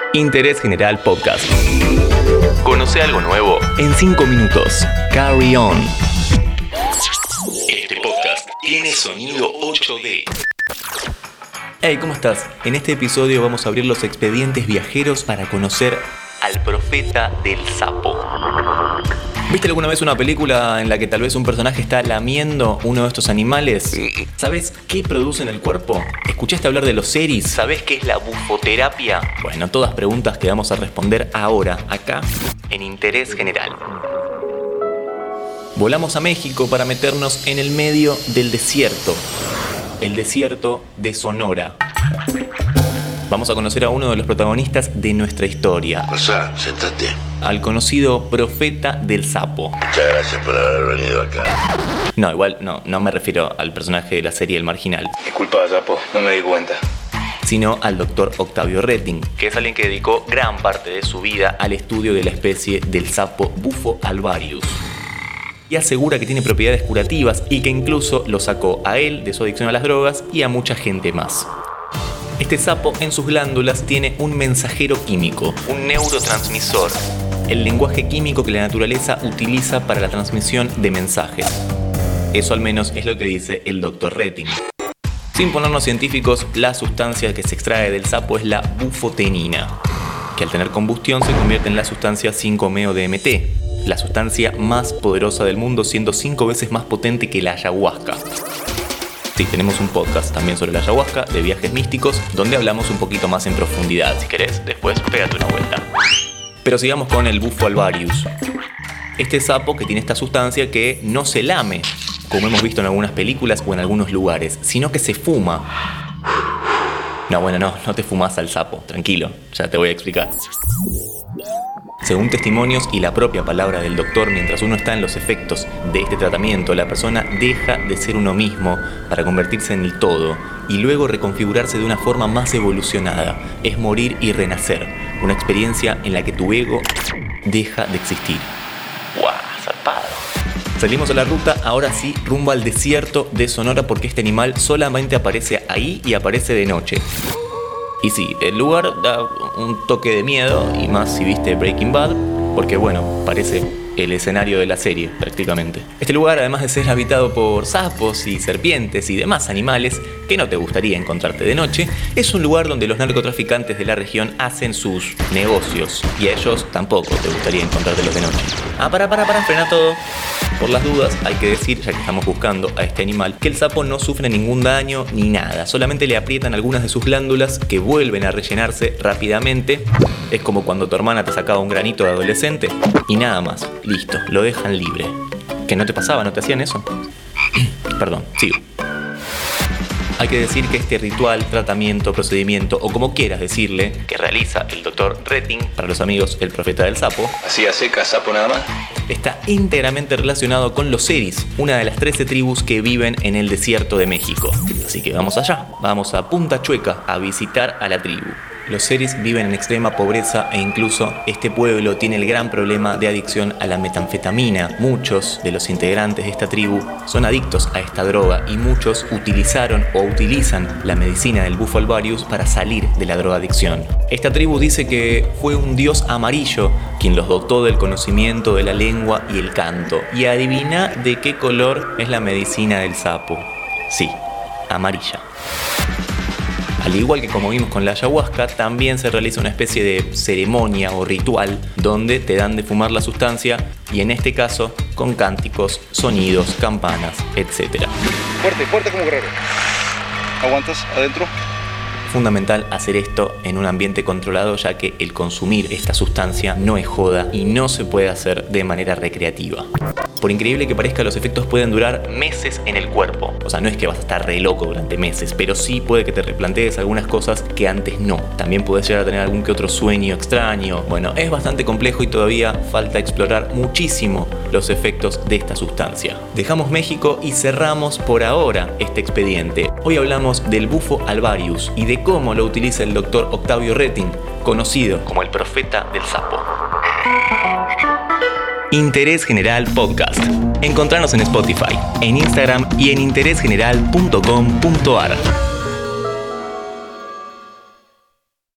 Interés General Podcast. Conoce algo nuevo en 5 minutos. Carry on. Este podcast tiene sonido 8D. Hey, ¿cómo estás? En este episodio vamos a abrir los expedientes viajeros para conocer al profeta del sapo. ¿Viste alguna vez una película en la que tal vez un personaje está lamiendo uno de estos animales? ¿Sabes qué produce en el cuerpo? ¿Escuchaste hablar de los seris? ¿Sabes qué es la bufoterapia? Bueno, todas preguntas que vamos a responder ahora, acá, en Interés General. Volamos a México para meternos en el medio del desierto. El desierto de Sonora. Vamos a conocer a uno de los protagonistas de nuestra historia. Pasá, sentate. Al conocido profeta del sapo. Muchas gracias por haber venido acá. No, igual no me refiero al personaje de la serie El Marginal. Disculpa, sapo, no me di cuenta. Sino al doctor Octavio Retting, que es alguien que dedicó gran parte de su vida al estudio de la especie del sapo Bufo alvarius. Y asegura que tiene propiedades curativas y que incluso lo sacó a él de su adicción a las drogas y a mucha gente más. Este sapo en sus glándulas tiene un mensajero químico, un neurotransmisor, el lenguaje químico que la naturaleza utiliza para la transmisión de mensajes. Eso al menos es lo que dice el Dr. Retting. Sin ponernos científicos, la sustancia que se extrae del sapo es la bufotenina, que al tener combustión se convierte en la sustancia 5-meo-DMT, la sustancia más poderosa del mundo, siendo 5 veces más potente que la ayahuasca. Sí, tenemos un podcast también sobre la ayahuasca, de viajes místicos, donde hablamos un poquito más en profundidad. Si querés, después pégate una vuelta. Pero sigamos con el Bufo alvarius. Este sapo que tiene esta sustancia que no se lame, como hemos visto en algunas películas o en algunos lugares, sino que se fuma. No te fumas al sapo, tranquilo, ya te voy a explicar. Según testimonios y la propia palabra del doctor, mientras uno está en los efectos de este tratamiento, la persona deja de ser uno mismo para convertirse en el todo y luego reconfigurarse de una forma más evolucionada. Es morir y renacer, una experiencia en la que tu ego deja de existir. ¡Guau! ¡Zarpado! Salimos a la ruta, ahora sí, rumbo al desierto de Sonora, porque este animal solamente aparece ahí y aparece de noche. Y sí, el lugar da un toque de miedo, y más si viste Breaking Bad, porque bueno, parece el escenario de la serie prácticamente. Este lugar, además de ser habitado por sapos y serpientes y demás animales que no te gustaría encontrarte de noche, es un lugar donde los narcotraficantes de la región hacen sus negocios, y a ellos tampoco te gustaría encontrártelos de noche. Frena todo. Por las dudas, hay que decir, ya que estamos buscando a este animal, que el sapo no sufre ningún daño ni nada. Solamente le aprietan algunas de sus glándulas que vuelven a rellenarse rápidamente. Es como cuando tu hermana te sacaba un granito de adolescente y nada más. Listo, lo dejan libre. ¿Que no te pasaba? ¿No te hacían eso? Perdón, sigo. Hay que decir que este ritual, tratamiento, procedimiento o como quieras decirle, que realiza el Dr. Retting, para los amigos el profeta del sapo, ¿Así a seca, sapo nada más? está íntegramente relacionado con los seris, una de las 13 tribus que viven en el desierto de México. Así que vamos allá, vamos a Punta Chueca a visitar a la tribu. Los seris viven en extrema pobreza e incluso este pueblo tiene el gran problema de adicción a la metanfetamina. Muchos de los integrantes de esta tribu son adictos a esta droga y muchos utilizaron o utilizan la medicina del Bufo alvarius para salir de la drogadicción. Esta tribu dice que fue un dios amarillo quien los dotó del conocimiento de la lengua y el canto. Y adivina de qué color es la medicina del sapo. Sí, amarilla. Al igual que como vimos con la ayahuasca, también se realiza una especie de ceremonia o ritual donde te dan de fumar la sustancia y en este caso con cánticos, sonidos, campanas, etc. Fuerte como guerrero. ¿Aguantas adentro? Fundamental hacer esto en un ambiente controlado, ya que el consumir esta sustancia no es joda y no se puede hacer de manera recreativa. Por increíble que parezca, los efectos pueden durar meses en el cuerpo. O sea, no es que vas a estar re loco durante meses, pero sí puede que te replantees algunas cosas que antes no. También puedes llegar a tener algún que otro sueño extraño. Bueno, es bastante complejo y todavía falta explorar muchísimo los efectos de esta sustancia. Dejamos México y cerramos por ahora este expediente. Hoy hablamos del Bufo alvarius y de cómo lo utiliza el Dr. Octavio Retting, conocido como el profeta del sapo. Interés General Podcast. Encontranos en Spotify, en Instagram y en interésgeneral.com.ar.